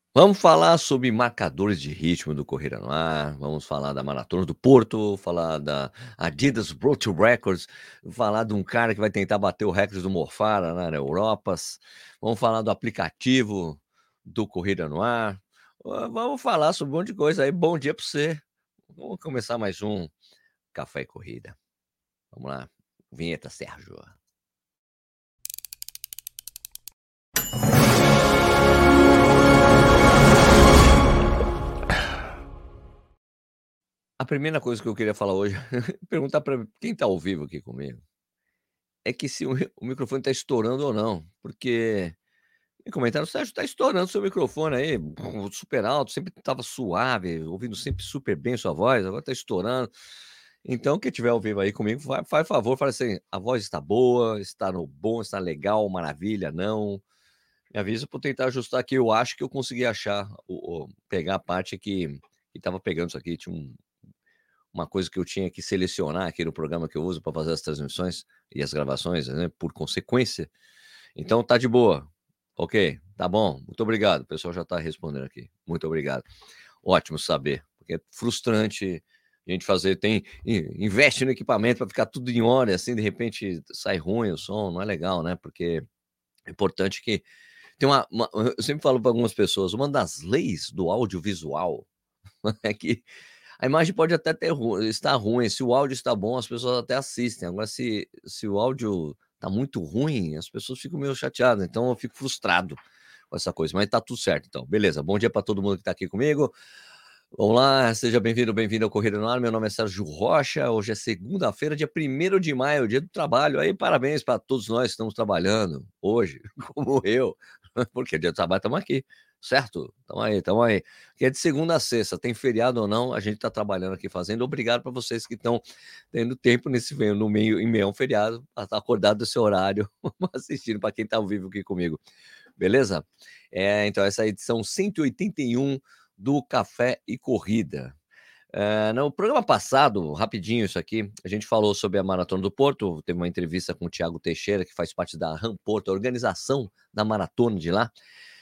Vamos falar sobre marcadores de ritmo do Corrida no Ar, vamos falar da Maratona do Porto, falar da Adidas Road to Records, falar de um cara que vai tentar bater o recorde do Mofara lá na Europas, vamos falar do aplicativo do Corrida no Ar, vamos falar sobre um monte de coisa aí. Bom dia para você. Vamos começar mais um Café e Corrida. Vamos lá, vinheta, Sérgio. A primeira coisa que eu queria falar hoje, perguntar para quem está ao vivo aqui comigo, é que se o microfone está estourando ou não, porque me comentaram: "Sérgio, tá estourando seu microfone aí, super alto, sempre estava suave, ouvindo sempre super bem sua voz, agora tá estourando". Então quem tiver ao vivo aí comigo, faz favor, fala assim: "A voz está boa, está no bom, está legal, maravilha, não". Me avisa para eu tentar ajustar aqui, eu acho que eu consegui achar o pegar a parte que estava pegando isso aqui, tinha uma coisa que eu tinha que selecionar aqui no programa que eu uso para fazer as transmissões e as gravações, né, por consequência. Então tá de boa. Ok, tá bom, muito obrigado. O pessoal já está respondendo aqui. Muito obrigado. Ótimo saber, porque é frustrante a gente fazer investe no equipamento para ficar tudo em ordem, assim, de repente sai ruim o som, não é legal, né, porque é importante que tem eu sempre falo para algumas pessoas, uma das leis do audiovisual é que a imagem pode até estar ruim, se o áudio está bom, as pessoas até assistem, agora se o áudio tá muito ruim, as pessoas ficam meio chateadas, então eu fico frustrado com essa coisa, mas tá tudo certo então, beleza. Bom dia para todo mundo que tá aqui comigo. Vamos lá, seja bem-vindo, bem-vindo ao Corrida no Ar, meu nome é Sérgio Rocha, hoje é segunda-feira, dia 1º de maio, dia do trabalho, aí parabéns para todos nós que estamos trabalhando hoje, como eu, porque dia do trabalho estamos aqui, certo? Estamos aí. Que é de segunda a sexta, tem feriado ou não, a gente está trabalhando aqui fazendo. Obrigado para vocês que estão tendo tempo no meio, em meio a um feriado, para estar acordado do seu horário, assistindo para quem está ao vivo aqui comigo. Beleza? Então, essa é a edição 181 do Café e Corrida. No programa passado, rapidinho isso aqui, a gente falou sobre a Maratona do Porto, teve uma entrevista com o Thiago Teixeira, que faz parte da RAM Porto, a organização da maratona de lá.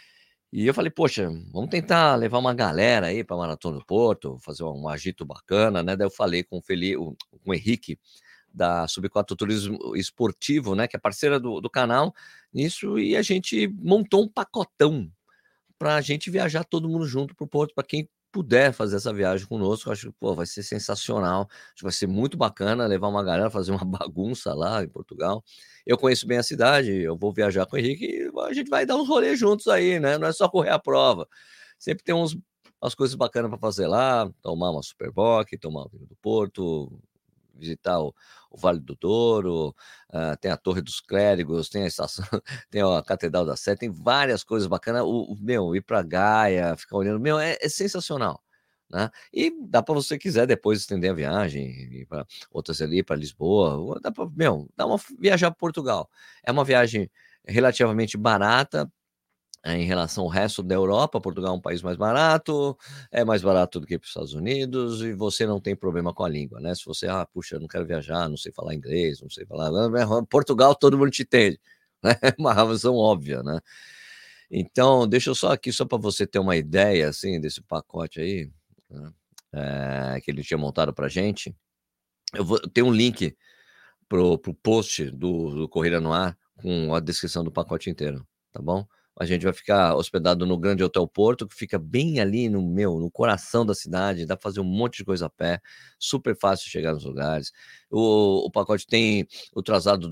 E eu falei: "Poxa, vamos tentar levar uma galera aí para a Maratona do Porto, fazer um agito bacana", né. Daí eu falei com o Henrique, da Sub4 Turismo Esportivo, né, que é parceira do canal, nisso, e a gente montou um pacotão pra gente viajar todo mundo junto para o Porto, para quem puder fazer essa viagem conosco, eu acho que, pô, vai ser sensacional, acho que vai ser muito bacana levar uma galera, fazer uma bagunça lá em Portugal. Eu conheço bem a cidade, eu vou viajar com o Henrique e a gente vai dar uns rolês juntos aí, né, não é só correr a prova. Sempre tem umas coisas bacanas para fazer lá, tomar uma Superboc, tomar um vinho do Porto, visitar o Vale do Douro, tem a Torre dos Clérigos, tem a estação tem a Catedral da Sé, tem várias coisas bacanas. Ir para Gaia, ficar olhando, é sensacional, né. E dá para você quiser depois estender a viagem, ir pra outras ali, para Lisboa, ou dá para dá uma viajar para Portugal. É uma viagem relativamente barata, em relação ao resto da Europa. Portugal é um país mais barato, é mais barato do que para os Estados Unidos, e você não tem problema com a língua, né. Se você: "Ah, puxa, eu não quero viajar, não sei falar inglês, não sei falar", Portugal todo mundo te entende, né, é uma razão óbvia, né. Então, deixa eu só aqui, só para você ter uma ideia, assim, desse pacote aí, né, que ele tinha montado pra gente, eu vou ter um link pro post do Corrida no Ar, com a descrição do pacote inteiro, tá bom? A gente vai ficar hospedado no Grande Hotel Porto, que fica bem ali no coração da cidade, dá pra fazer um monte de coisa a pé, super fácil chegar nos lugares. O pacote tem o traslado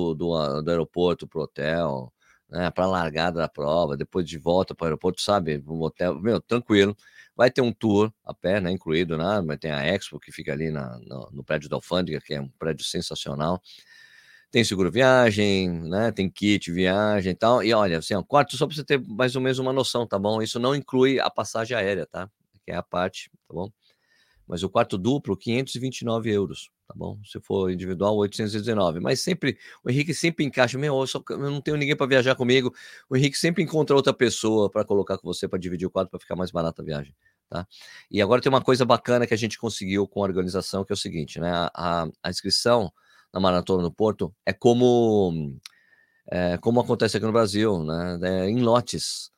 do aeroporto pro hotel, né, pra largada da prova, depois de volta para o aeroporto, sabe, um hotel, tranquilo. Vai ter um tour a pé, né, incluído, né, mas tem a Expo que fica ali no prédio da alfândega, que é um prédio sensacional. Tem seguro viagem, né, tem kit viagem e tal. E olha, assim, ó, quarto, só para você ter mais ou menos uma noção, tá bom? Isso não inclui a passagem aérea, tá? Que é a parte, tá bom? Mas o quarto duplo, 529 €, tá bom? Se for individual, 819. Mas sempre o Henrique sempre encaixa: "Meu, eu não tenho ninguém para viajar comigo", o Henrique sempre encontra outra pessoa para colocar com você, para dividir o quarto, para ficar mais barata a viagem, tá? E agora tem uma coisa bacana que a gente conseguiu com a organização, que é o seguinte, né, a inscrição na Maratona do Porto é como acontece aqui no Brasil, né, em lotes.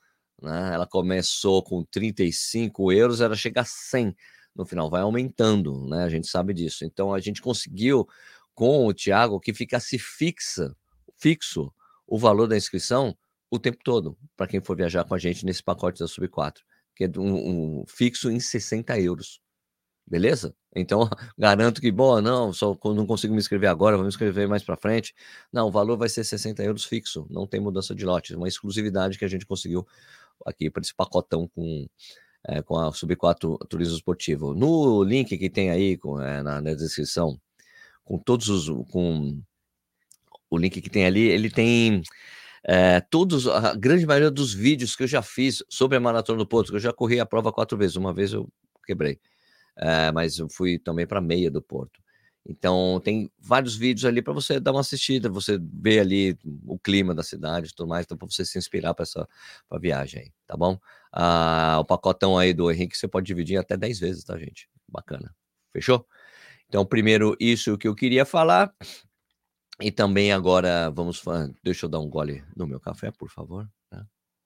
né, ela começou com 35 euros, ela chega a 100 no final, vai aumentando, né, a gente sabe disso. Então a gente conseguiu com o Thiago que ficasse fixo o valor da inscrição o tempo todo, para quem for viajar com a gente nesse pacote da Sub 4, que é um fixo em 60 euros. Beleza? Então, garanto que, bom, não, só quando não consigo me inscrever agora, vou me inscrever mais para frente. Não, o valor vai ser 60 euros fixo, não tem mudança de lote, uma exclusividade que a gente conseguiu aqui para esse pacotão com a Sub 4 Turismo Esportivo. No link que tem aí na descrição, com todos os com o link que tem ali, ele tem, todos a grande maioria dos vídeos que eu já fiz sobre a Maratona do Porto, que eu já corri a prova 4 vezes, uma vez eu quebrei. Mas eu fui também para meia do Porto. Então tem vários vídeos ali para você dar uma assistida, você ver ali o clima da cidade e tudo mais, então para você se inspirar para essa pra viagem aí, tá bom? O pacotão aí do Henrique você pode dividir em até 10 vezes, tá, gente? Bacana. Fechou? Então primeiro isso que eu queria falar, e também agora deixa eu dar um gole no meu café, por favor, tá.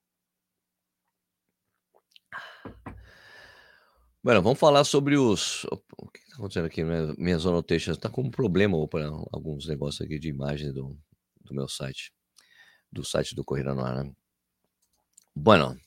Bueno, vamos falar sobre o que está acontecendo aqui, minhas annotations tá com um problema para alguns negócios aqui de imagem do meu site, do site do Corrida no Ar, né. Bueno,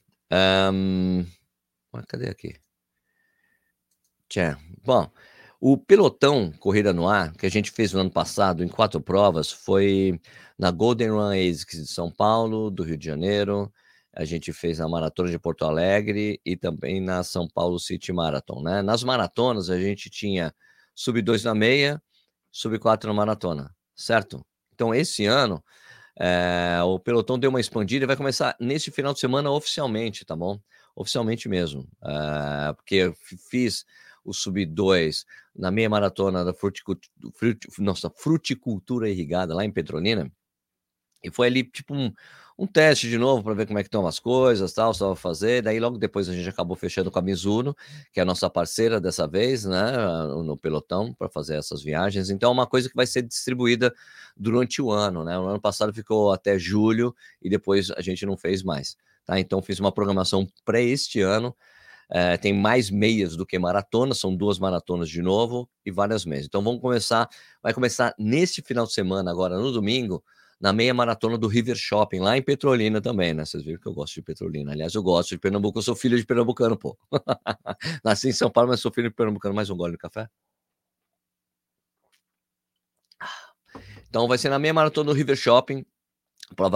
cadê aqui? Tchau. Bom, o pelotão Corrida no Ar, que a gente fez no ano passado em 4 provas, foi na Golden Run ASICS de São Paulo, do Rio de Janeiro, a gente fez na Maratona de Porto Alegre e também na São Paulo City Marathon, né. Nas maratonas a gente tinha sub 2 na meia, sub 4 na maratona, certo? Então esse ano, o pelotão deu uma expandida e vai começar nesse final de semana oficialmente, tá bom? Oficialmente mesmo, porque eu fiz o sub 2 na meia maratona da fruticultura irrigada lá em Petrolina, e foi ali tipo um teste de novo para ver como é que estão as coisas, tal, só fazer, daí logo depois a gente acabou fechando com a Mizuno, que é a nossa parceira dessa vez, né, no pelotão para fazer essas viagens, então é uma coisa que vai ser distribuída durante o ano, né, o ano passado ficou até julho e depois a gente não fez mais, tá, então fiz uma programação para este ano, tem mais meias do que maratonas, são 2 maratonas de novo e várias meias. Então vai começar neste final de semana, agora no domingo, na meia maratona do River Shopping, lá em Petrolina também, né, vocês viram que eu gosto de Petrolina. Aliás, eu gosto de Pernambuco, eu sou filho de pernambucano, pô. Nasci em São Paulo, mas sou filho de pernambucano. Mais um gole de café? Então vai ser na meia maratona do River Shopping, prova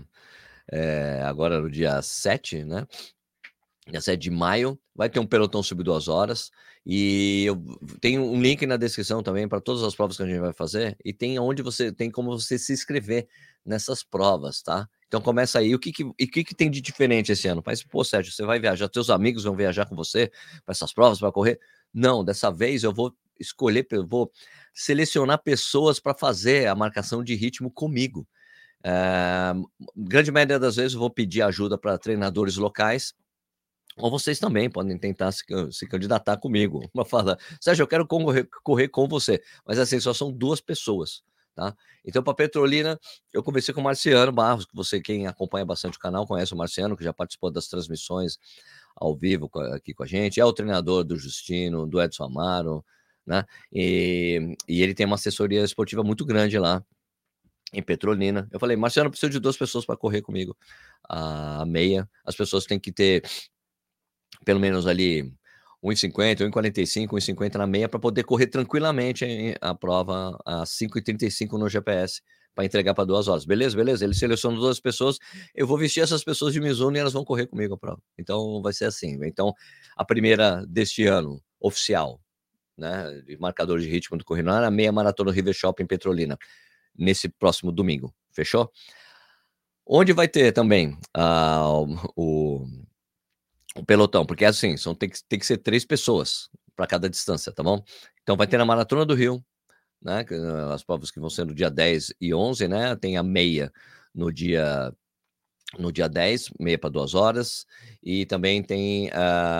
agora no dia 7, né, dia 7 de maio, vai ter um pelotão sub 2 horas, e eu tenho um link na descrição também para todas as provas que a gente vai fazer, e tem como você se inscrever nessas provas, tá. Então começa aí, o que tem de diferente esse ano? Mas, pô, Sérgio, você vai viajar, teus amigos vão viajar com você para essas provas, para correr? Não, dessa vez eu vou selecionar pessoas para fazer a marcação de ritmo comigo. Eh, Grande maioria das vezes eu vou pedir ajuda para treinadores locais, ou vocês também podem tentar se candidatar comigo, pra falar: "Sérgio, eu quero correr com você", mas assim, só são 2 pessoas, tá. Então para Petrolina, eu conversei com o Marciano Barros, que quem acompanha bastante o canal conhece o Marciano, que já participou das transmissões ao vivo aqui com a gente, é o treinador do Justino, do Edson Amaro, né, e ele tem uma assessoria esportiva muito grande lá em Petrolina. Eu falei: "Marciano, eu preciso de 2 pessoas para correr comigo a meia, as pessoas têm que ter pelo menos ali 1,50, 1,45, 1,50 na meia para poder correr tranquilamente a prova a 5:35 no GPS para entregar para 2 horas. Beleza, beleza. Ele seleciona 2 pessoas, eu vou vestir essas pessoas de Mizuno e elas vão correr comigo a prova. Então vai ser assim. Então a primeira deste ano oficial, né, de marcador de ritmo do Corrida no Ar, a meia maratona River Shopping Petrolina, nesse próximo domingo. Fechou? Onde vai ter também o o pelotão, porque assim, tem que ser 3 pessoas para cada distância, tá bom? Então vai ter na Maratona do Rio, né, as provas que vão ser no dia 10 e 11, né, tem a meia no dia no dia 10, meia para 2 horas, e também tem,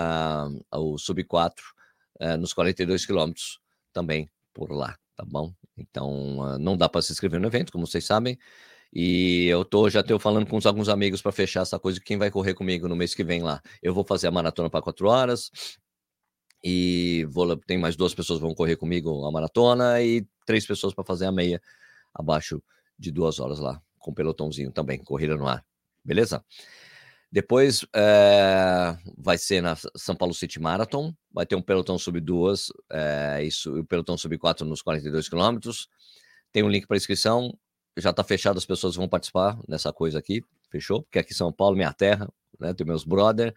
o sub 4, nos 42 quilômetros também por lá, tá bom? Então, não dá para se inscrever no evento, como vocês sabem, E já estou falando com alguns amigos para fechar essa coisa, quem vai correr comigo no mês que vem lá. Eu vou fazer a maratona para 4 horas, e tem mais 2 pessoas que vão correr comigo a maratona e 3 pessoas para fazer a meia abaixo de 2 horas lá, com pelotãozinho também, corrida no ar, beleza? Depois, vai ser na São Paulo City Marathon, vai ter um pelotão sub 2, isso, e o pelotão sub 4 nos 42 quilômetros. Tem um link para inscrição, já está fechado, as pessoas vão participar dessa coisa aqui, fechou? Porque aqui São Paulo, minha terra, né, tem meus brother.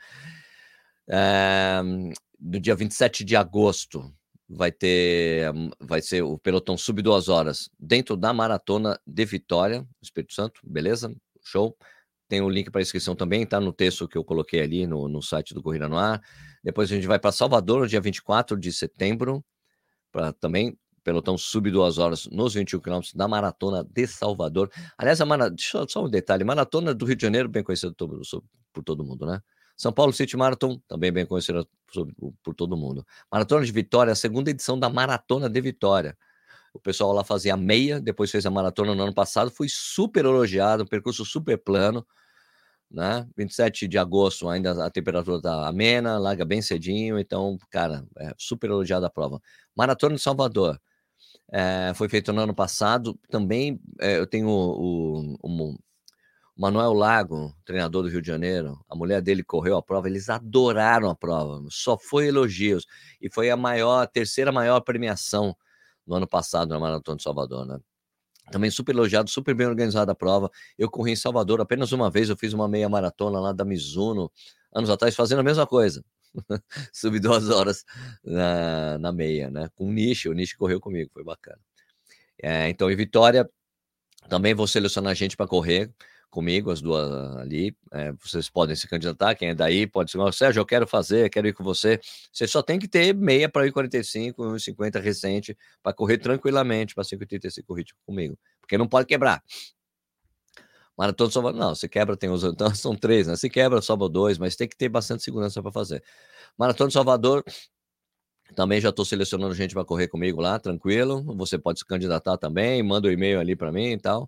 No dia 27 de agosto vai ser o pelotão sub 2 horas dentro da Maratona de Vitória, Espírito Santo, beleza? Show. Tem o link para inscrição também, tá no texto que eu coloquei ali no site do Corrida no Ar. Depois a gente vai para Salvador no dia 24 de setembro, para também pelotão sub 2 horas nos 21 quilômetros da Maratona de Salvador. Aliás, só um detalhe, Maratona do Rio de Janeiro, bem conhecida por todo mundo, né? São Paulo City Marathon, também bem conhecida por todo mundo. Maratona de Vitória, a segunda edição da Maratona de Vitória. O pessoal lá fazia a meia, depois fez a maratona no ano passado, foi super elogiado, um percurso super plano, né? 27 de agosto ainda a temperatura tá amena, larga bem cedinho, então, cara, super elogiada a prova. Maratona de Salvador, foi feito no ano passado, também eu tenho o Manuel Lago, treinador do Rio de Janeiro, a mulher dele correu a prova, eles adoraram a prova, só foi elogios, e foi a terceira maior premiação no ano passado na Maratona de Salvador, né? Também super elogiado, super bem organizada a prova. Eu corri em Salvador apenas uma vez, eu fiz uma meia maratona lá da Mizuno, anos atrás, fazendo a mesma coisa. Subi 2 horas na meia, né? Com o Nishi correu comigo, foi bacana. Então, em Vitória, também vou selecionar gente para correr comigo, as duas ali. Vocês podem se candidatar, quem é daí pode ser, Sérgio, eu quero ir com você. Você só tem que ter meia para ir 45, 1,50 recente, para correr tranquilamente para 5,35 ritmo comigo, porque não pode quebrar. Maratona de Salvador, não, se quebra tem os, então são 3, né? Se quebra, sobra 2, mas tem que ter bastante segurança para fazer. Maratona de Salvador, também já estou selecionando gente para correr comigo lá, tranquilo. Você pode se candidatar também, manda um e-mail ali para mim e tal.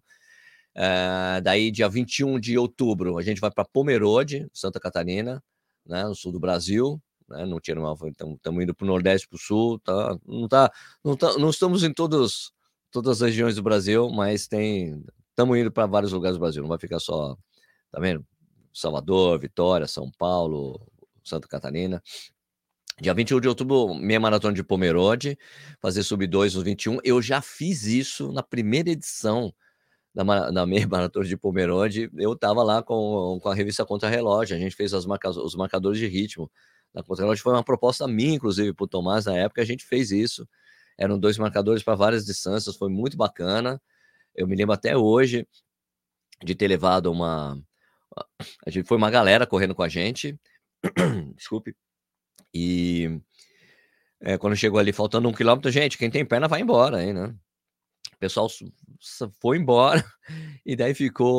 Daí, dia 21 de outubro, a gente vai para Pomerode, Santa Catarina, né, no sul do Brasil, né, não tinha uma, estamos indo para o Nordeste, para o Sul, tá, não estamos em todas as regiões do Brasil, mas estamos indo para vários lugares do Brasil, não vai ficar só, tá vendo? Salvador, Vitória, São Paulo, Santa Catarina. Dia 21 de outubro, minha maratona de Pomerode, fazer sub 2 nos 21. Eu já fiz isso na primeira edição na meia maratona de Pomerode. Eu estava lá com a revista Contra-Relógio, a gente fez os marcadores de ritmo. Na Contra-Relógio foi uma proposta minha, inclusive, para o Tomás, na época, a gente fez isso. Eram 2 marcadores para várias distâncias, foi muito bacana. Eu me lembro até hoje de ter levado a gente foi uma galera correndo com a gente, desculpe, e quando chegou ali faltando 1 quilômetro, gente, quem tem perna vai embora aí, né? O pessoal foi embora e daí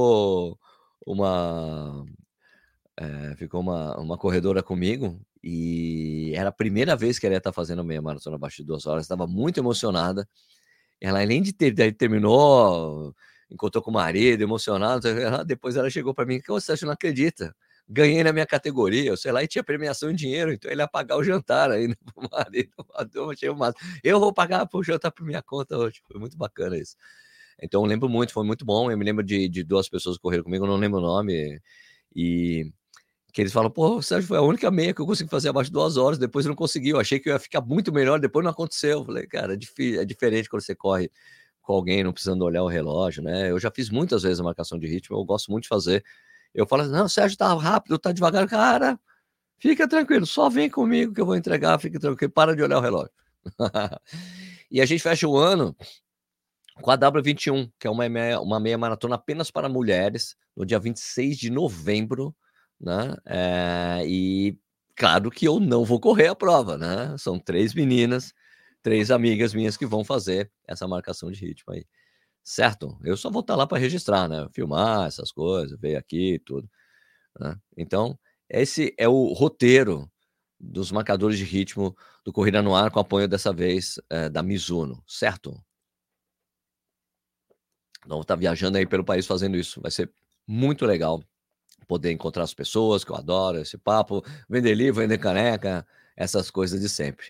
uma ficou uma corredora comigo, e era a primeira vez que ela ia estar fazendo meia maratona abaixo de 2 horas, estava muito emocionada. Ela, além de daí terminou, encontrou com o marido, emocionada, depois ela chegou para mim: "Ô Sérgio, não acredita, ganhei na minha categoria", eu sei lá, e tinha premiação em dinheiro, então ele ia pagar o jantar ainda para o marido. Eu achei o máximo. "Eu vou pagar o jantar por minha conta hoje", foi muito bacana isso. Então eu lembro muito, foi muito bom, eu me lembro de 2 pessoas que correram comigo, eu não lembro o nome, e que eles falam: "Pô, Sérgio, foi a única meia que eu consegui fazer abaixo de 2 horas, depois eu não consegui, eu achei que eu ia ficar muito melhor, depois não aconteceu". Eu falei: "Cara, é diferente quando você corre com alguém não precisando olhar o relógio, né". Eu já fiz muitas vezes a marcação de ritmo, eu gosto muito de fazer. Eu falo assim: "Não, Sérgio, tá rápido, tá devagar". Cara, fica tranquilo, só vem comigo que eu vou entregar, fica tranquilo, para de olhar o relógio. E a gente fecha o ano com a W21, que é uma meia maratona apenas para mulheres, no dia 26 de novembro, né, e claro que eu não vou correr a prova, né, são 3 meninas, 3 amigas minhas que vão fazer essa marcação de ritmo aí, certo? Eu só vou estar lá para registrar, né, filmar essas coisas, ver aqui e tudo, né. Então, esse é o roteiro dos marcadores de ritmo do Corrida no Ar, com apoio dessa vez, da Mizuno, certo? Então tá viajando aí pelo país fazendo isso, vai ser muito legal poder encontrar as pessoas, que eu adoro esse papo, vender livro, vender caneca, essas coisas de sempre.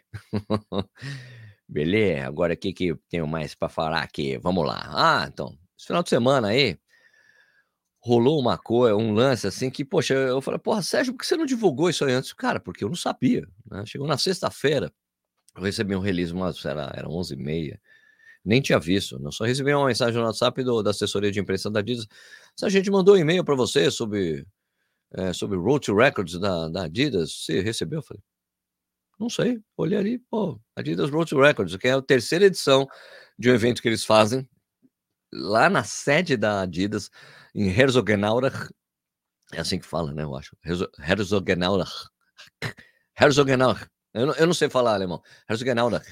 Beleza, agora o que que eu tenho mais para falar aqui? Vamos lá. Então, esse final de semana aí, rolou um lance assim que, poxa, eu falei: "Porra, Sérgio, por que você não divulgou isso aí antes?" Cara, porque eu não sabia, né. Chegou na sexta-feira, eu recebi um release era 11h30, nem tinha visto, eu só recebi uma mensagem no WhatsApp da assessoria de imprensa da Adidas: "Se a gente mandou um e-mail para você sobre Road to Records da Adidas, você recebeu?" Eu falei: "Não sei", olhei ali, pô, Adidas Road to Records, que é a terceira edição de um evento que eles fazem lá na sede da Adidas, em Herzogenaurach, é assim que fala, né, eu acho, Herzogenaurach, Herzogenaurach, eu não sei falar alemão, Herzogenaurach,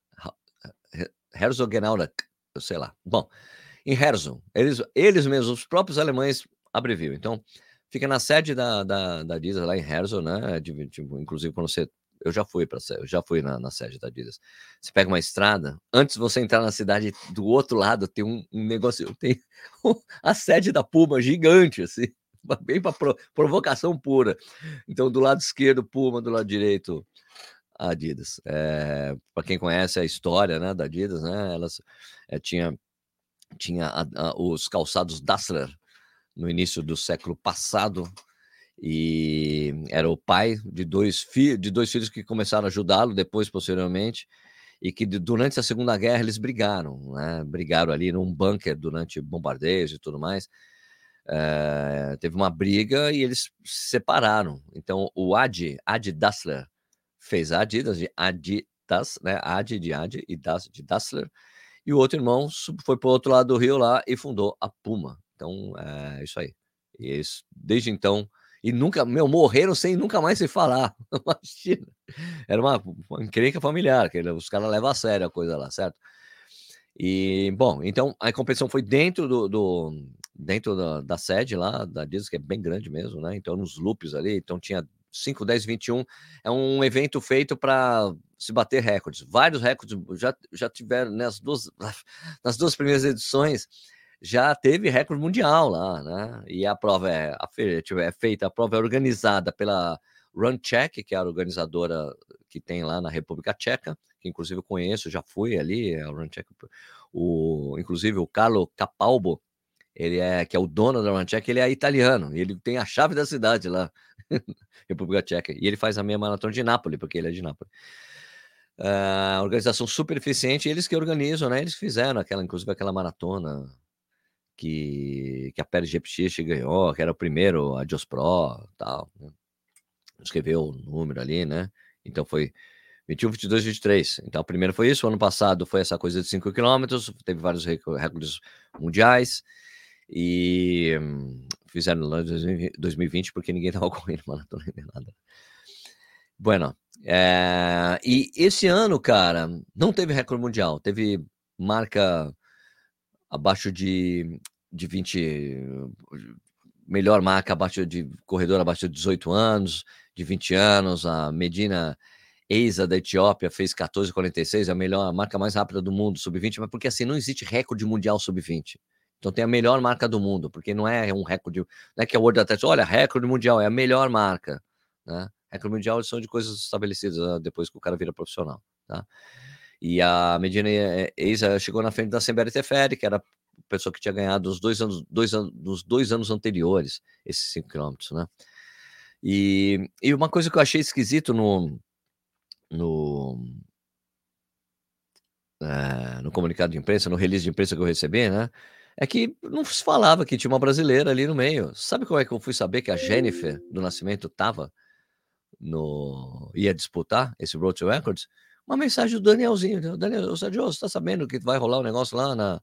Herzogenaurach, eu sei lá. Bom, em Herzog, eles mesmos, os próprios alemães abreviam, então fica na sede da Adidas lá em Herzog, né, tipo, inclusive quando você eu já fui na sede da Adidas. Você pega uma estrada, antes de você entrar na cidade, do outro lado tem um negócio, tem a sede da Puma gigante, assim, bem pra provocação pura. Então do lado esquerdo Puma, do lado direito Adidas. Pra quem conhece a história, né, da Adidas, né, elas, tinha os calçados Dassler no início do século passado, e era o pai de 2 filhos que começaram a ajudá-lo depois, posteriormente, e que durante a Segunda Guerra eles brigaram, né, brigaram ali num bunker durante bombardeios e tudo mais. Teve uma briga e eles se separaram. Então o Adi Dassler fez a Adidas, de Adidas, né, Adi de Adi e Das de Dassler, e o outro irmão foi para o outro lado do rio lá e fundou a Puma. Então, é isso aí. E eles, desde então, e nunca, morreram sem nunca mais se falar. Imagina. Era uma encrenca familiar, que os caras levam a sério a coisa lá, certo? E, bom, então a competição foi dentro dentro da sede lá da Disney, que é bem grande mesmo, né? Então, nos loops ali, então tinha 5, 10, 21. É um evento feito para se bater recordes. Vários recordes já tiveram nas duas primeiras edições, já teve recorde mundial lá, né? E a prova é feita, a prova é organizada pela RunCheck, que é a organizadora que tem lá na República Tcheca, que inclusive eu conheço, já fui ali, a RunCheck, inclusive o Carlo Capalbo, que é o dono da RunCheck, ele é italiano, e ele tem a chave da cidade lá, República Tcheca, e ele faz a meia maratona de Nápoles, porque ele é de Nápoles. Organização super eficiente, eles que organizam, né? Eles fizeram inclusive aquela maratona que a Pérez Jepchirch ganhou, que era o primeiro, a Just Pro, tal, né? Escreveu o número ali, né? Então foi 21, 22, 23. Então o primeiro foi isso, o ano passado foi essa coisa de 5 quilômetros, teve vários recordes mundiais, e fizeram lá em 2020, porque ninguém estava correndo maratona nem nada. Bueno, e esse ano, cara, não teve recorde mundial, teve marca abaixo de 20, melhor marca abaixo de corredor abaixo de 18 anos, de 20 anos, a Medina Eisa da Etiópia fez 14:46, a marca mais rápida do mundo, sub-20, mas porque assim, não existe recorde mundial sub-20. Então tem a melhor marca do mundo, porque não é um recorde, não é que a World Athletics, olha, recorde mundial, é a melhor marca, né? Recorde mundial são de coisas estabelecidas, depois que o cara vira profissional, tá? E a Medina Eisa chegou na frente da Sembere Teferi, que era a pessoa que tinha ganhado nos 2 anos anteriores, esses 5 quilômetros, né? E uma coisa que eu achei esquisito no no comunicado de imprensa, no release de imprensa que eu recebi, né, é que não se falava que tinha uma brasileira ali no meio. Sabe como é que eu fui saber que a Jennifer do Nascimento estava ia disputar esse Road to Records? Uma mensagem do Danielzinho, né, "Daniel, ô Sérgio, você tá sabendo que vai rolar um negócio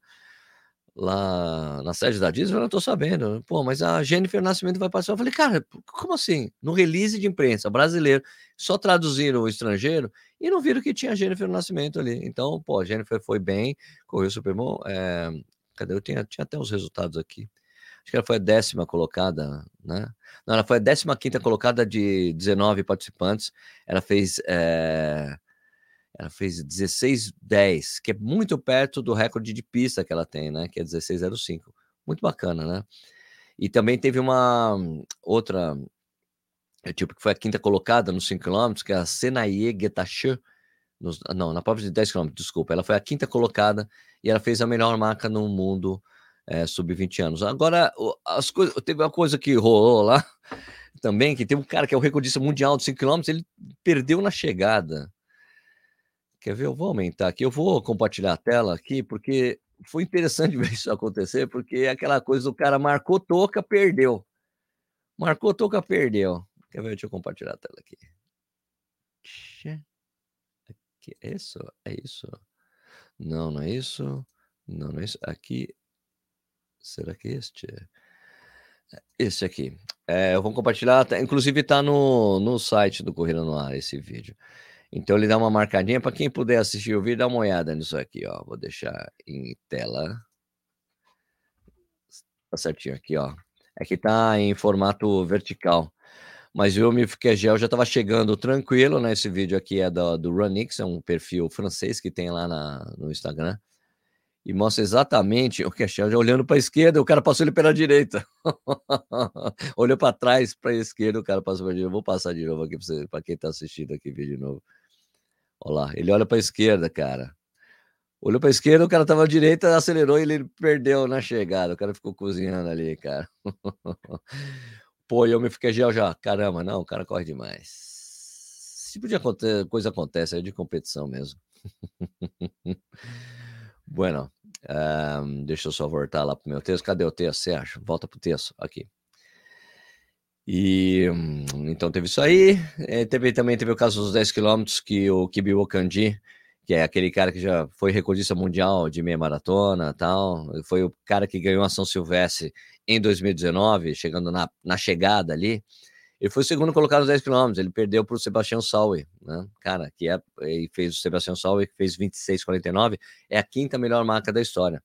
lá na sede da Disney?" "Eu não tô sabendo." "Pô, mas a Jennifer Nascimento vai participar." Eu falei: "Cara, como assim? No release de imprensa brasileiro, só traduziram o estrangeiro e não viram que tinha a Jennifer Nascimento ali." Então, pô, a Jennifer foi bem, correu super bom, cadê? Eu tinha até os resultados aqui. Acho que ela foi a 10ª colocada, né. Não, ela foi a 15ª colocada de 19 participantes. Ela fez, Ela fez 16:10, que é muito perto do recorde de pista que ela tem, né, que é 16:05. Muito bacana, né. E também teve uma outra, tipo, que foi a 5ª colocada nos 5 quilômetros, que é a Senaye Getachew, não, na prova de 10 quilômetros, desculpa, ela foi a 5ª colocada e ela fez a melhor marca no mundo, sub-20 anos. Agora as coisas, teve uma coisa que rolou lá também, que tem um cara que é o recordista mundial de 5 quilômetros, ele perdeu na chegada. Quer ver? Eu vou aumentar aqui, eu vou compartilhar a tela aqui, porque foi interessante ver isso acontecer, porque é aquela coisa do cara marcou toca, perdeu. Marcou toca, perdeu. Quer ver? Deixa eu compartilhar a tela aqui. Xe que é isso? É isso? Não, não é isso. Não, não é isso. Aqui, será que é este? Esse aqui. Eu vou compartilhar, inclusive tá no site do Corrida no Ar esse vídeo. Então ele dá uma marcadinha para quem puder assistir o vídeo, dá uma olhada nisso aqui, ó. Vou deixar em tela. Tá certinho aqui, ó. É que tá em formato vertical. Mas o Mifkegel já estava chegando tranquilo, né, esse vídeo aqui é do Runix, é um perfil francês que tem lá no Instagram, e mostra exatamente o Kechel já olhando para a esquerda, o cara passou ele pela direita. Olhou para trás, para a esquerda, o cara passou pra direita. Eu vou passar de novo aqui para você, para quem tá assistindo aqui o vídeo de novo. Olha lá, ele olha para a esquerda, cara. Olhou para a esquerda, o cara estava à direita, acelerou e ele perdeu na chegada, o cara ficou cozinhando ali, cara. Pô, e eu me fiquei já, caramba, não, o cara corre demais. Esse tipo de coisa acontece, é de competição mesmo. Bueno, deixa eu só voltar lá pro meu texto. Cadê o texto, você acha? Volta pro texto, aqui. E, então teve isso aí, também teve o caso dos 10 quilômetros que o Kibiwoo Kanji, que é aquele cara que já foi recordista mundial de meia maratona, tal, foi o cara que ganhou a São Silvestre em 2019, chegando na chegada ali. Ele foi o segundo colocado nos 10 quilômetros, ele perdeu para o Sebastian Saue, né, cara, e fez o Sebastian Saue, que fez 26:49, é a 5ª melhor marca da história.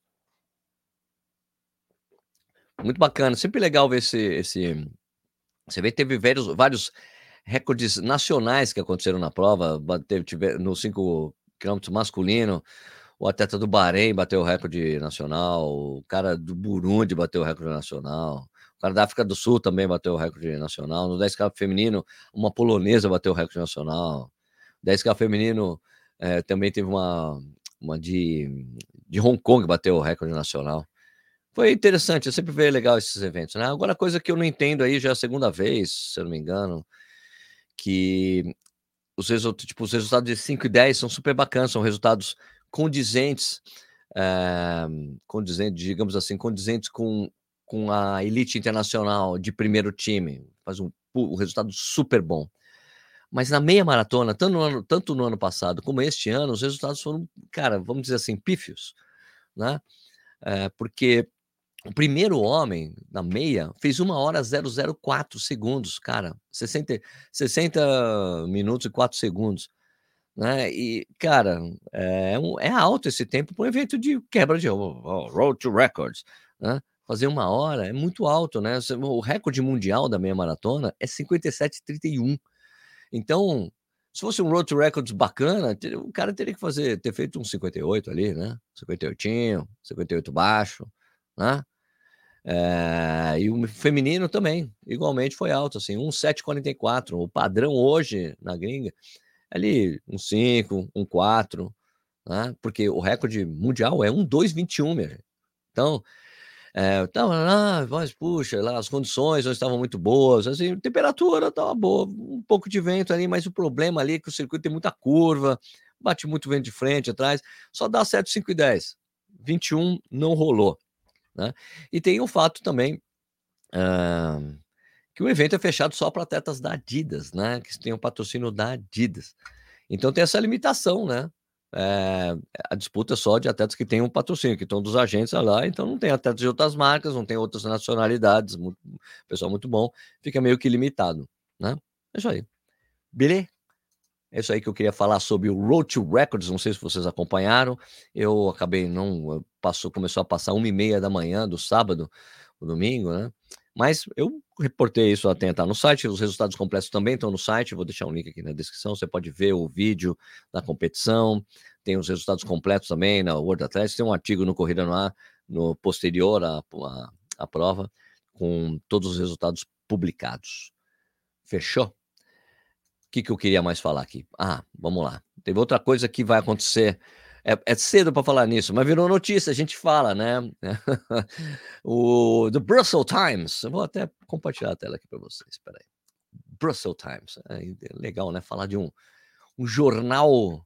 Muito bacana, sempre legal ver você vê que teve vários recordes nacionais que aconteceram na prova, no 5 quilômetros masculino, o atleta do Bahrein bateu o recorde nacional, o cara do Burundi bateu o recorde nacional, o cara da África do Sul também bateu o recorde nacional, no 10K feminino, uma polonesa bateu o recorde nacional, 10K feminino, também teve uma de Hong Kong bateu o recorde nacional. Foi interessante, eu sempre vejo legal esses eventos, né. Agora a coisa que eu não entendo aí, já é a 2ª vez, se eu não me engano, que os resultados de 5 e 10 são super bacanas, são resultados condizentes, digamos assim, condizentes com a elite internacional de primeiro time, faz um resultado super bom. Mas na meia maratona, tanto no ano passado como este ano, os resultados foram, cara, vamos dizer assim, pífios, né, porque o primeiro homem na meia fez 1h004 segundos, cara, 60 minutos e 4 segundos, né, e cara, é alto esse tempo para um evento de quebra de road to records, né, fazer 1 hora é muito alto, né, o recorde mundial da meia maratona é 57:31. Então, se fosse um road to records bacana, o cara teria que ter feito um 58 ali, né, 58, 58 baixo, né. E o feminino também, igualmente foi alto, assim, 1:07:44, o padrão hoje na gringa, ali um 5, um 4, né, porque o recorde mundial é 1:2:21, minha gente. Então, estava lá, mas puxa, lá as condições não estavam muito boas, assim, a temperatura estava boa, um pouco de vento ali, mas o problema ali é que o circuito tem muita curva, bate muito vento de frente, atrás, só dá certo 5:10, 21 não rolou, né. E tem o fato também, hã, que o evento é fechado só para atletas da Adidas, né, que tem o patrocínio da Adidas. Então tem essa limitação, né, a disputa é só de atletas que têm um patrocínio, que estão dos agentes lá, então não tem atletas de outras marcas, não tem outras nacionalidades, pessoal muito bom, fica meio que limitado, né. É isso aí. Beleza? É isso aí que eu queria falar sobre o Road to Records, não sei se vocês acompanharam, eu acabei começou a passar 1h30 do sábado, o domingo, né, mas eu reportei isso até tá no site, os resultados completos também estão no site, vou deixar um link aqui na descrição, você pode ver o vídeo da competição, tem os resultados completos também na World Athletics, tem um artigo no Corrida no Ar, no posterior à prova, com todos os resultados publicados. Fechou? O que eu queria mais falar aqui? Vamos lá. Teve outra coisa que vai acontecer. É cedo para falar nisso, mas virou notícia, a gente fala, né? O The Brussels Times. Eu vou até compartilhar a tela aqui para vocês. Espera aí. Brussels Times. É legal, né? Falar de um jornal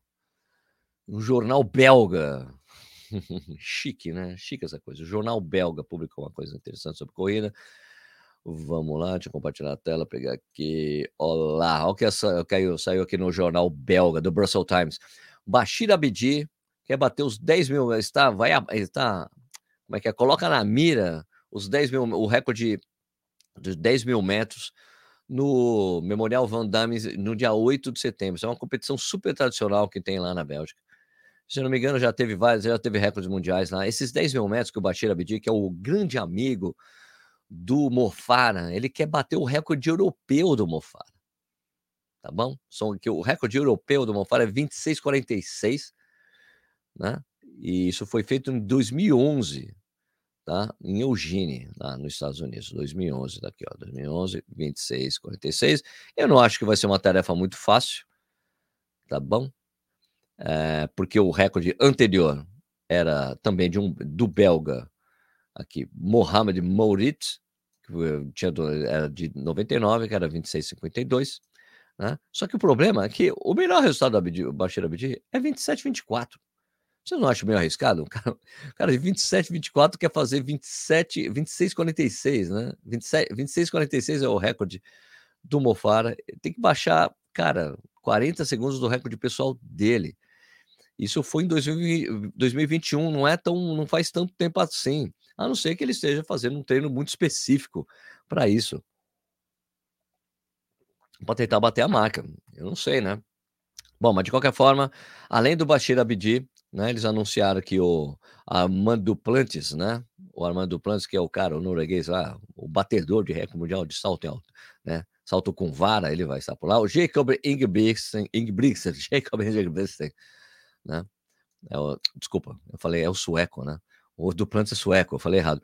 belga. Chique, né? Chique essa coisa. O jornal belga publicou uma coisa interessante sobre corrida. Vamos lá, deixa eu compartilhar a tela, pegar aqui. Olá, olha o que saiu aqui no jornal belga, do Brussels Times. Bashir Abdi quer bater os 10 mil, como é que é? Coloca na mira os 10 mil, o recorde dos 10 mil metros no Memorial Van Damme no dia 8 de setembro. Isso é uma competição super tradicional que tem lá na Bélgica. Se eu não me engano, já teve recordes mundiais lá. Esses 10 mil metros que o Bashir Abdi, que é o grande amigo do Mo Farah, ele quer bater o recorde europeu do Mo Farah, tá bom? Que o recorde europeu do Mo Farah é 26:46, né? E isso foi feito em 2011, tá? Em Eugene, lá nos Estados Unidos, 2011, tá aqui, ó, 2011, 26:46. Eu não acho que vai ser uma tarefa muito fácil, tá bom? Porque o recorde anterior era também do belga aqui, Mohamed Mourit, que era de 99, que era 26:52, né? Só que o problema é que o melhor resultado do Bashir Abdi é 27:24. Você não acha meio arriscado? O cara de 27:24 quer fazer 26:46, né? 26:46 é o recorde do Mo Farah. Tem que baixar, cara, 40 segundos do recorde pessoal dele. Isso foi em 2021, não faz tanto tempo assim, a não ser que ele esteja fazendo um treino muito específico para isso. Para tentar bater a marca, eu não sei, né. Bom, mas de qualquer forma, além do Bashir Abdi, né, eles anunciaram que o Armand Duplantis, né, o Armand Duplantis, que é o cara, o norueguês lá, o batedor de recorde mundial de salto em alto, né, salto com vara, ele vai estar por lá. O Jacob Ingebrigtsen, Jacob Ingebrigtsen, né. Desculpa, eu falei, é o sueco, né? O Duplantis é sueco, eu falei errado.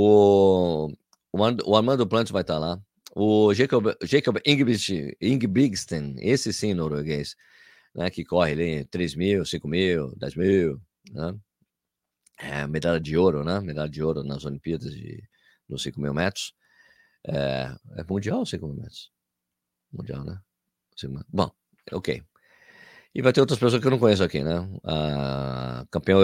O Armando Duplantis vai estar lá. O Jacob Ingebrigtsen, esse sim, norueguês, né? Que corre ali 3 mil, 5 mil, 10 mil, né? Medalha de ouro, né? Medalha de ouro nas Olimpíadas nos 5 mil metros. É mundial ou 5 mil metros? Mundial, né? Bom, ok. E vai ter outras pessoas que eu não conheço aqui, né? A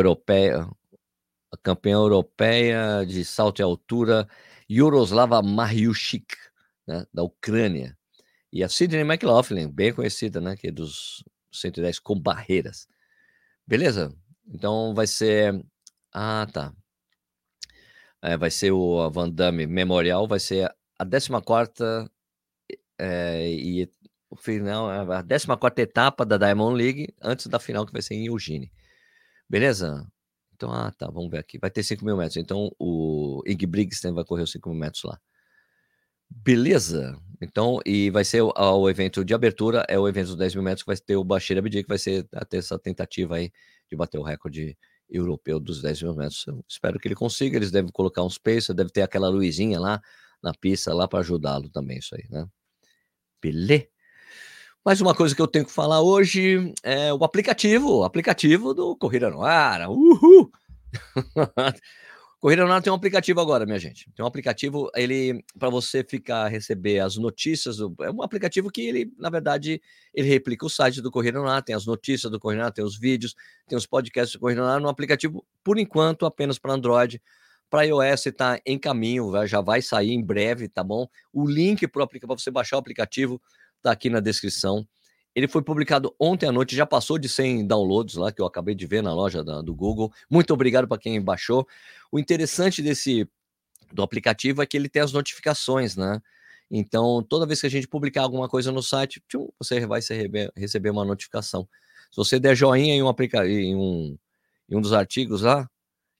campeã europeia de salto em altura, Yaroslava Mariushik, né, da Ucrânia. E a Sydney McLaughlin, bem conhecida, né, que é dos 110 com barreiras. Beleza? Então vai ser tá. Vai ser a Van Damme Memorial, vai ser a 14ª, e o final a 14ª etapa da Diamond League, antes da final que vai ser em Eugene. Beleza? Então, tá, vamos ver aqui. Vai ter 5 mil metros, então o Ingebrigtsen vai correr os 5 mil metros lá. Beleza? Então, e vai ser o evento de abertura, é o evento dos 10 mil metros, que vai ter o Bashir Abdi, que vai ter essa tentativa aí de bater o recorde europeu dos 10 mil metros. Eu espero que ele consiga, eles devem colocar uns pacers, deve ter aquela luzinha lá na pista lá para ajudá-lo também, isso aí, né? Beleza? Mais uma coisa que eu tenho que falar hoje é o aplicativo do Corrida no Ar. Uhul! Corrida no Ar tem um aplicativo agora, minha gente. Tem um aplicativo, ele para você receber as notícias, é um aplicativo que ele, na verdade, ele replica o site do Corrida no Ar, tem as notícias do Corrida no Ar, tem os vídeos, tem os podcasts do Corrida no Ar, no aplicativo, por enquanto, apenas para Android. Para iOS está em caminho, já vai sair em breve, tá bom? O link para você baixar o aplicativo tá aqui na descrição. Ele foi publicado ontem à noite, já passou de 100 downloads lá, que eu acabei de ver na loja do Google. Muito obrigado para quem baixou. O interessante do aplicativo é que ele tem as notificações, né? Então, toda vez que a gente publicar alguma coisa no site, você vai receber uma notificação. Se você der joinha em um dos artigos lá,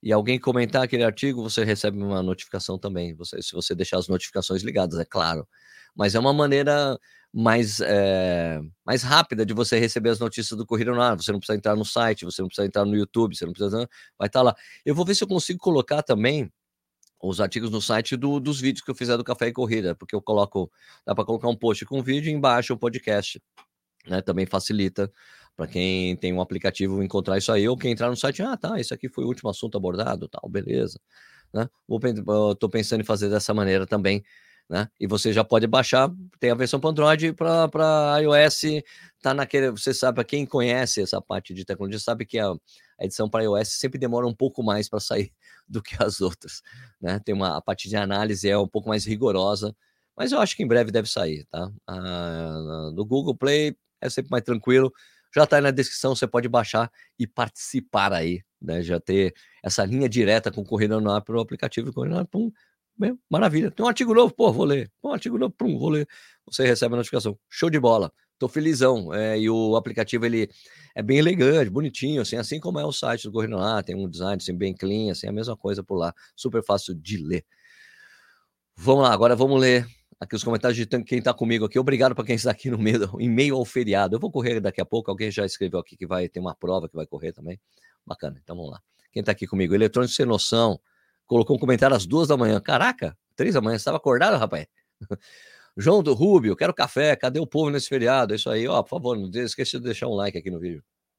e alguém comentar aquele artigo, você recebe uma notificação também, se você deixar as notificações ligadas, é claro. Mas é uma maneira mais rápida de você receber as notícias do Corrida no Ar, você não precisa entrar no site, você não precisa entrar no YouTube, você não precisa, vai estar lá. Eu vou ver se eu consigo colocar também os artigos no site dos vídeos que eu fizer do Café e Corrida, porque eu coloco, dá para colocar um post com vídeo e embaixo o podcast, né? Também facilita para quem tem um aplicativo encontrar isso aí, ou quem entrar no site, tá, esse aqui foi o último assunto abordado, tal, beleza, né? Tô pensando em fazer dessa maneira também, né? E você já pode baixar, tem a versão para Android, para iOS, tá naquele, você sabe, para quem conhece essa parte de tecnologia, sabe que a edição para iOS sempre demora um pouco mais para sair do que as outras, né? Tem a parte de análise é um pouco mais rigorosa, mas eu acho que em breve deve sair, tá? No Google Play é sempre mais tranquilo, já tá aí na descrição, você pode baixar e participar aí, né? Já ter essa linha direta com o Corrida no Ar pelo aplicativo Corrida no Ar, pum, maravilha. Tem um artigo novo, pô, vou ler. Um artigo novo, pum, vou ler. Você recebe a notificação. Show de bola. Tô felizão. E o aplicativo, ele é bem elegante, bonitinho, assim como é o site do Corrida no Ar, tem um design assim, bem clean, assim, a mesma coisa por lá. Super fácil de ler. Vamos lá, agora vamos ler aqui os comentários de quem tá comigo aqui. Obrigado para quem está aqui em meio ao feriado. Eu vou correr daqui a pouco. Alguém já escreveu aqui que vai ter uma prova que vai correr também. Bacana, então vamos lá. Quem tá aqui comigo? Eletrônico Sem Noção. Colocou um comentário às 2h. Caraca, 3h. Você estava acordado, rapaz? João do Rubio, quero café. Cadê o povo nesse feriado? É isso aí, ó. Por favor, não esqueça de deixar um like aqui no vídeo.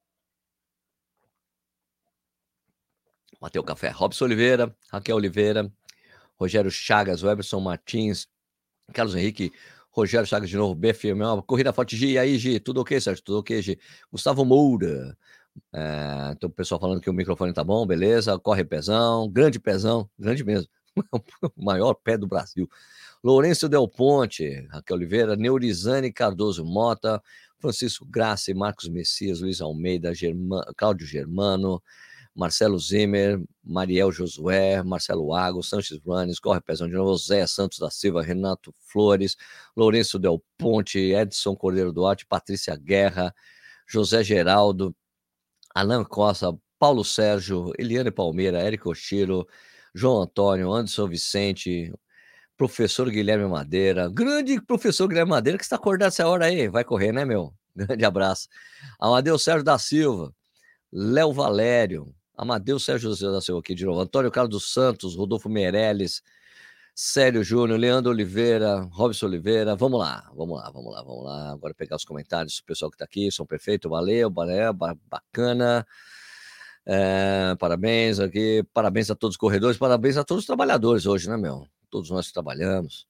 Mateu Café. Robson Oliveira, Raquel Oliveira, Rogério Chagas, Weberson Martins, Carlos Henrique, Rogério Chagas de novo, BFM, Corrida Forte G, e aí, G, tudo ok, Sérgio? Tudo ok, G? Gustavo Moura, então o pessoal falando que o microfone tá bom, beleza, corre pezão, grande mesmo, o maior pé do Brasil. Lourenço Del Ponte, Raquel Oliveira, Neurizane Cardoso Mota, Francisco Graça, Marcos Messias, Luiz Almeida, Cláudio Germano, Marcelo Zimmer, Mariel Josué, Marcelo Água, Sanches Ruanes, Corre Pezão de novo, Zé Santos da Silva, Renato Flores, Lourenço Del Ponte, Edson Cordeiro Duarte, Patrícia Guerra, José Geraldo, Alan Costa, Paulo Sérgio, Eliane Palmeira, Érico Oshiro, João Antônio, Anderson Vicente, professor Guilherme Madeira, grande professor Guilherme Madeira, que está acordado essa hora aí, vai correr, né, meu? Grande abraço. Amadeu Sérgio da Silva, Léo Valério, Amadeu Sérgio da Silva aqui de novo, Antônio Carlos dos Santos, Rodolfo Meirelles, Célio Júnior, Leandro Oliveira, Robson Oliveira, vamos lá. Agora pegar os comentários do pessoal que tá aqui, são perfeitos, valeu, bacana. Parabéns aqui, parabéns a todos os corredores, parabéns a todos os trabalhadores hoje, né, meu? Todos nós que trabalhamos.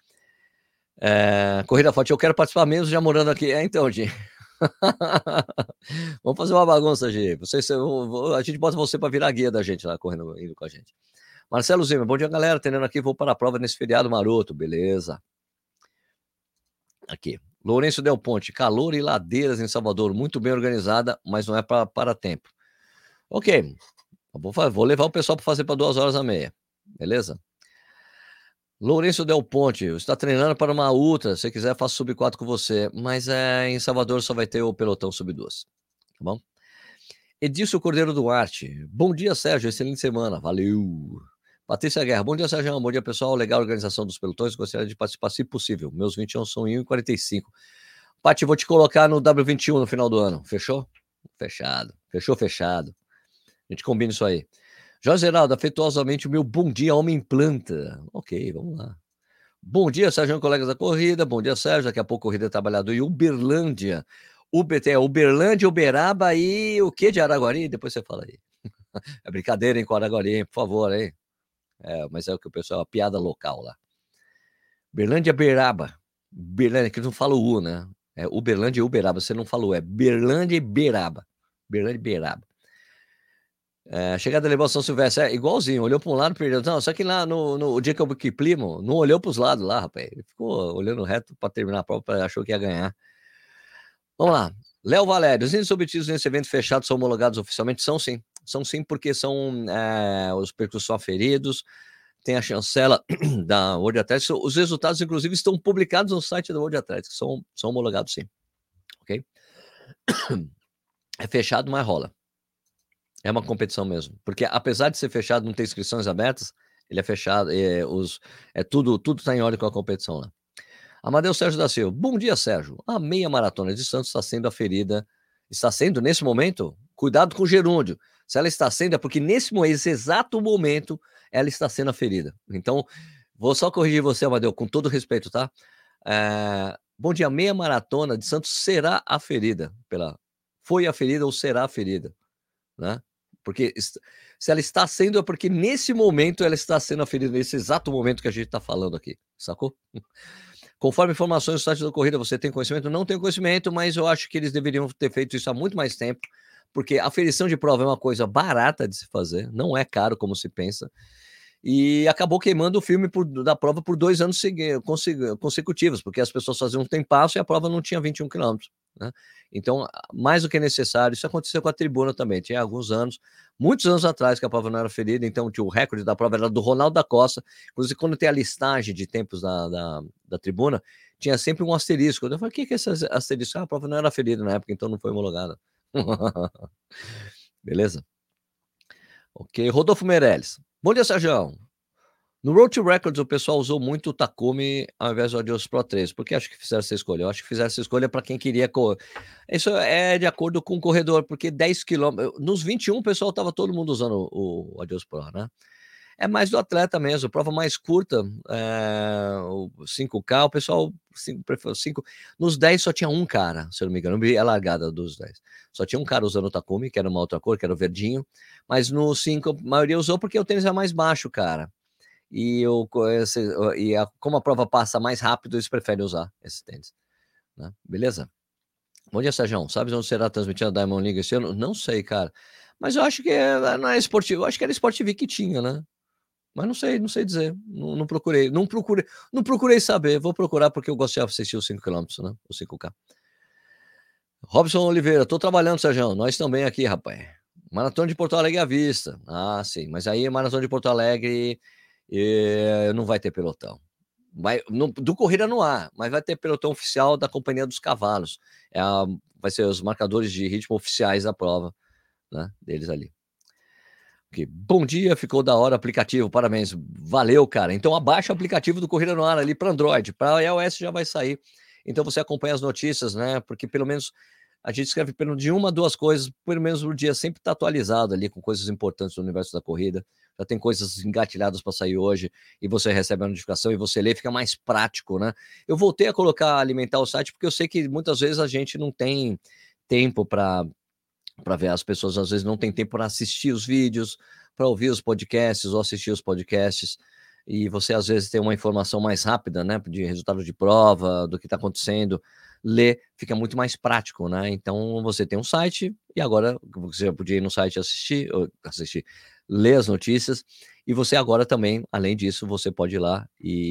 Corrida Forte, eu quero participar mesmo já morando aqui. Então, Gi. Vamos fazer uma bagunça, Gi. A gente bota você para virar guia da gente lá, correndo, indo com a gente. Marcelo Zima, bom dia, galera. Atendendo aqui, vou para a prova nesse feriado maroto, beleza. Aqui. Lourenço Del Ponte, calor e ladeiras em Salvador, muito bem organizada, mas não é para tempo. Ok, vou levar o pessoal para fazer para 2h30, beleza? Lourenço Del Ponte, está treinando para uma ultra, se quiser faço sub 4 com você, mas em Salvador só vai ter o pelotão sub 2, tá bom? Edilson Cordeiro Duarte, bom dia, Sérgio, excelente semana, valeu. Patrícia Guerra, bom dia, Sérgio, bom dia, pessoal, legal a organização dos pelotões, gostaria de participar se possível, meus 21 são em 1h45. Pati, vou te colocar no W21 no final do ano, fechou? Fechado, fechado. A gente combina isso aí. Jorge Geraldo, afetuosamente o meu bom dia, homem planta. Ok, vamos lá. Bom dia, Sérgio, colegas da corrida. Bom dia, Sérgio. Daqui a pouco corrida trabalhado em Uberlândia. Uberlândia, Uberaba e o que de Araguari? Depois você fala aí. É brincadeira, hein, com Araguari, hein? Por favor, hein? Mas é o que o pessoal, a piada local lá. Uberlândia, Beraba. Uberlândia, que não fala o U, né? É Uberlândia e Uberaba, você não falou, é Berlândia e Beraba. Berlândia e Beraba. Chegada da levar São Silvestre, igualzinho, olhou para um lado, perdeu. Não, só que lá no dia que eu Kiplimo, não olhou para os lados lá, rapaz. Ele ficou olhando reto para terminar a prova, achou que ia ganhar. Vamos lá. Léo Valério, os índices obtidos nesse evento fechado são homologados oficialmente? São sim, porque são os percursos são aferidos, tem a chancela da World Athletics, os resultados, inclusive, estão publicados no site da World Athletics, são homologados sim, ok? É fechado, mas rola. É uma competição mesmo, porque apesar de ser fechado, não ter inscrições abertas, ele é fechado, tudo tá em ordem com a competição lá. Amadeu Sérgio da Silva: "Bom dia, Sérgio. A meia maratona de Santos está sendo nesse momento? Cuidado com o gerúndio. Se ela está sendo, é porque nesse exato momento, ela está sendo aferida. Então, vou só corrigir você, Amadeu, com todo respeito, tá? Bom dia, meia maratona de Santos será aferida pela foi aferida ou será aferida, né? Porque se ela está sendo, é porque nesse momento ela está sendo aferida, nesse exato momento que a gente está falando aqui, sacou? Conforme informações do site da corrida, você tem conhecimento? Não tenho conhecimento, mas eu acho que eles deveriam ter feito isso há muito mais tempo, porque aferição de prova é uma coisa barata de se fazer, não é caro como se pensa, e acabou queimando o filme da prova por 2 anos consecutivos, porque as pessoas faziam um tempasso e a prova não tinha 21 quilômetros, né. Então, mais do que necessário, isso aconteceu com a tribuna também, tinha alguns anos, muitos anos atrás que a prova não era ferida, então o recorde da prova era do Ronaldo da Costa, inclusive quando tem a listagem de tempos da tribuna, tinha sempre um asterisco, eu falei: "O que que é esse asterisco?". "Ah, a prova não era ferida na época, então não foi homologada". Beleza? Ok, Rodolfo Meirelles: "Bom dia, Sérgio. No Road to Records, o pessoal usou muito o Takumi ao invés do Adios Pro 3. Por que acho que fizeram essa escolha? Eu acho que fizeram essa escolha para quem queria isso é de acordo com o corredor, porque 10 quilômetros nos 21 o pessoal estava todo mundo usando o Adios Pro, né. É mais do atleta mesmo, prova mais curta, o 5K, o pessoal 5 nos 10 só tinha um cara, se eu não me engano, eu vi a largada dos 10. Só tinha um cara usando o Takumi, que era uma outra cor, que era o verdinho, mas no 5 a maioria usou porque o tênis é mais baixo, cara. E o co esse o e a como a prova passa mais rápido, eles preferem usar esse tênis, né, beleza? Bom dia, Sérgião, sabes onde será transmitida a Diamond League esse ano? Não sei, cara, mas eu acho que não é esportivo, eu acho que era Sport TV que tinha, né, mas não sei dizer, não procurei, não procurei saber, vou procurar porque eu gosto de assistir os 5 quilômetros, né, os 5K. Robson Oliveira: "Tô trabalhando, Sérgião, nós também aqui, rapaz. Maratona de Porto Alegre à vista". Ah, sim, mas aí a maratona de Porto Alegre, não vai ter pelotão. Do corrida no ar, mas vai ter pelotão oficial da Companhia dos Cavalos. Vai ser os marcadores de ritmo oficiais da prova, né, deles ali. Ok, bom dia, ficou da hora o aplicativo, parabéns. Valeu, cara. Então abaixa o aplicativo do Corrida no Ar ali para Android, para iOS já vai sair. Então você acompanha as notícias, né, porque pelo menos a gente escreve pelo de 1 a 2 coisas, pelo menos no dia, sempre tá atualizado ali com coisas importantes do universo da corrida. Já tem coisas engatilhadas para sair hoje, e você recebe a notificação e você lê, fica mais prático, né. Eu voltei a alimentar o site, porque eu sei que muitas vezes a gente não tem tempo para ver, as pessoas às vezes não têm tempo para assistir os vídeos, para ouvir os podcasts ou assistir os podcasts, e você às vezes tem uma informação mais rápida, né, de resultado de prova, do que está acontecendo, ler fica muito mais prático, né, então você tem um site, e agora você já podia ir no site assistir, ler as notícias, e você agora também, além disso, você pode ir lá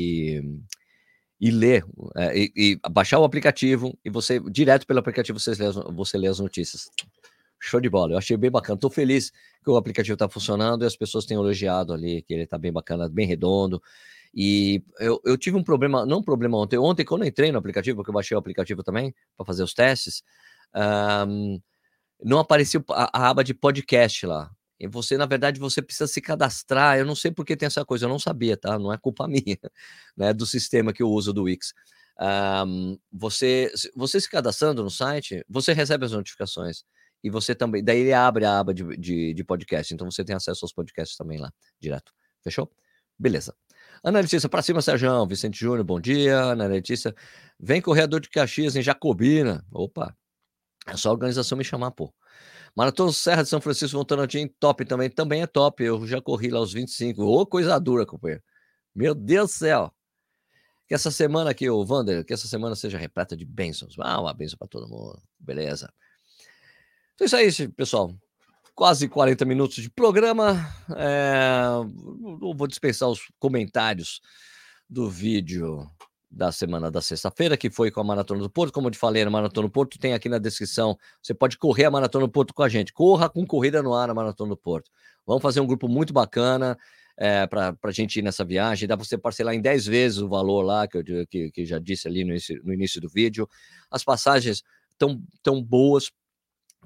e ler, e baixar o aplicativo, e você direto pelo aplicativo você lê as notícias. Show de bola, eu achei bem bacana. Tô feliz que o aplicativo tá funcionando e as pessoas têm elogiado ali, que ele tá bem bacana, bem redondo. E eu tive um problema, não um problema ontem quando eu entrei no aplicativo, porque eu baixei o aplicativo também, para fazer os testes, hã, não apareceu a aba de podcast lá. E você, na verdade, você precisa se cadastrar, eu não sei por que tem essa coisa, eu não sabia, tá, não é culpa minha, né, do sistema que eu uso do Wix. Você se cadastrando no site, você recebe as notificações. E você também, daí ele abre a aba de podcast, então você tem acesso aos podcasts também lá, direto. Fechou? Beleza. Ana Letícia, pra cima, Sérgio. Vicente Júnior, bom dia. Ana Letícia, vem corredor de Caxias em Jacobina. Opa, é só a organização me chamar, pô. Maratona Serra de São Francisco Votorantim, top também. Também é top. Eu já corri lá os 25. Ô, coisa dura, companheiro. Meu Deus do céu. Que essa semana aqui, o Vander, que essa semana seja repleta de bênçãos. Ah, uma bênção para todo mundo. Beleza. Então é isso aí, pessoal. Quase 40 minutos de programa. Não vou dispensar os comentários do vídeo da semana da sexta-feira, que foi com a Maratona do Porto. Como eu te falei, na Maratona do Porto tem aqui na descrição. Você pode correr a Maratona do Porto com a gente. Corra com Corrida no Ar na Maratona do Porto. Vamos fazer um grupo muito bacana para a gente ir nessa viagem. Dá para você parcelar em 10 vezes o valor lá, que já disse ali no início do vídeo. As passagens tão boas,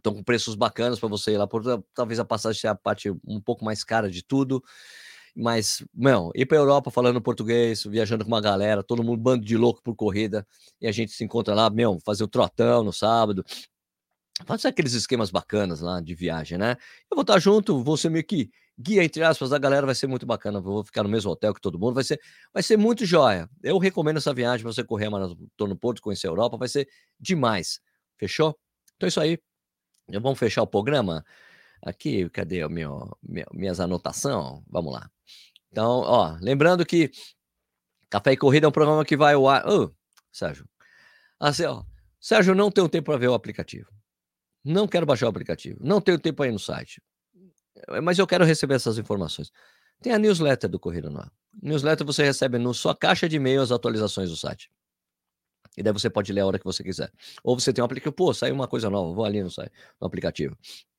estão com preços bacanas para você ir lá, por talvez a passagem seja a parte um pouco mais cara de tudo, mas, meu, ir pra Europa falando português, viajando com uma galera, todo mundo bando de louco por corrida, e a gente se encontra lá, meu, fazer o trotão no sábado, fazer aqueles esquemas bacanas lá de viagem, né. Eu vou estar junto, vou ser meio que "guia", entre aspas, da galera, vai ser muito bacana, vou ficar no mesmo hotel que todo mundo, vai ser muito joia. Eu recomendo essa viagem pra você correr a maratona no Porto, conhecer a Europa, vai ser demais. Fechou? Então é isso aí, já vamos fechar o programa? Aqui, cadê o minhas anotação? Vamos lá. Então, ó, lembrando que Café e Corrida é um programa que vai ao ar Sérgio, assim, ó, Sérgio, não tenho tempo para ver o aplicativo, não quero baixar o aplicativo, não tenho tempo para ir no site, mas eu quero receber essas informações. Tem a newsletter do Corrida no Ar. Newsletter você recebe no sua caixa de e-mail as atualizações do site. E daí você pode ler a hora que você quiser. Ou você tem um aplicativo, pô, saiu uma coisa nova, vou ali no aplicativo.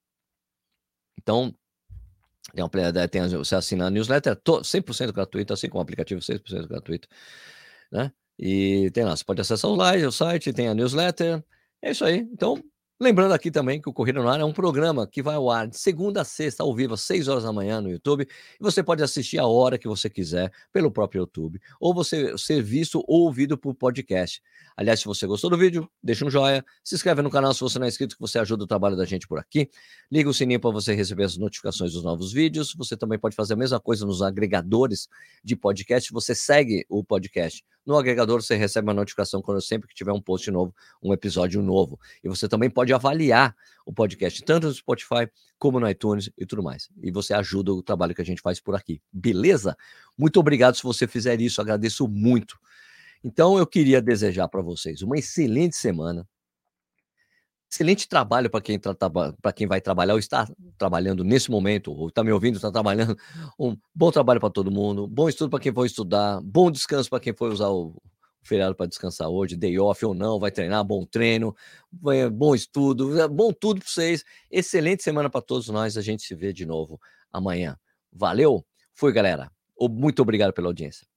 Então, você assina a newsletter, 100% gratuito, assim como o aplicativo 100% gratuito, né. E tem lá, você pode acessar o site, tem a newsletter, é isso aí. Então, lembrando aqui também que o Corrida no Ar é um programa que vai ao ar de segunda a sexta, ao vivo, às 6 horas da manhã no YouTube, e você pode assistir a hora que você quiser pelo próprio YouTube, ou você ser visto ou ouvido por podcast. Aliás, se você gostou do vídeo, deixa um joinha, se inscreve no canal se você não é inscrito, que você ajuda o trabalho da gente por aqui. Liga o sininho para você receber as notificações dos novos vídeos. Você também pode fazer a mesma coisa nos agregadores de podcast. Você segue o podcast no agregador, você recebe uma notificação quando sempre que tiver um post novo, um episódio novo. E você também pode avaliar o podcast, tanto no Spotify como no iTunes e tudo mais. E você ajuda o trabalho que a gente faz por aqui. Beleza? Muito obrigado se você fizer isso, agradeço muito. Então eu queria desejar para vocês uma excelente semana. Excelente trabalho para quem vai trabalhar ou está trabalhando nesse momento, ou está me ouvindo, está trabalhando. Um bom trabalho para todo mundo, bom estudo para quem for estudar, bom descanso para quem for usar o feriado para descansar hoje, day off ou não, vai treinar, bom treino, bom estudo, bom tudo para vocês. Excelente semana para todos nós, a gente se vê de novo amanhã. Valeu, fui galera. Muito obrigado pela audiência.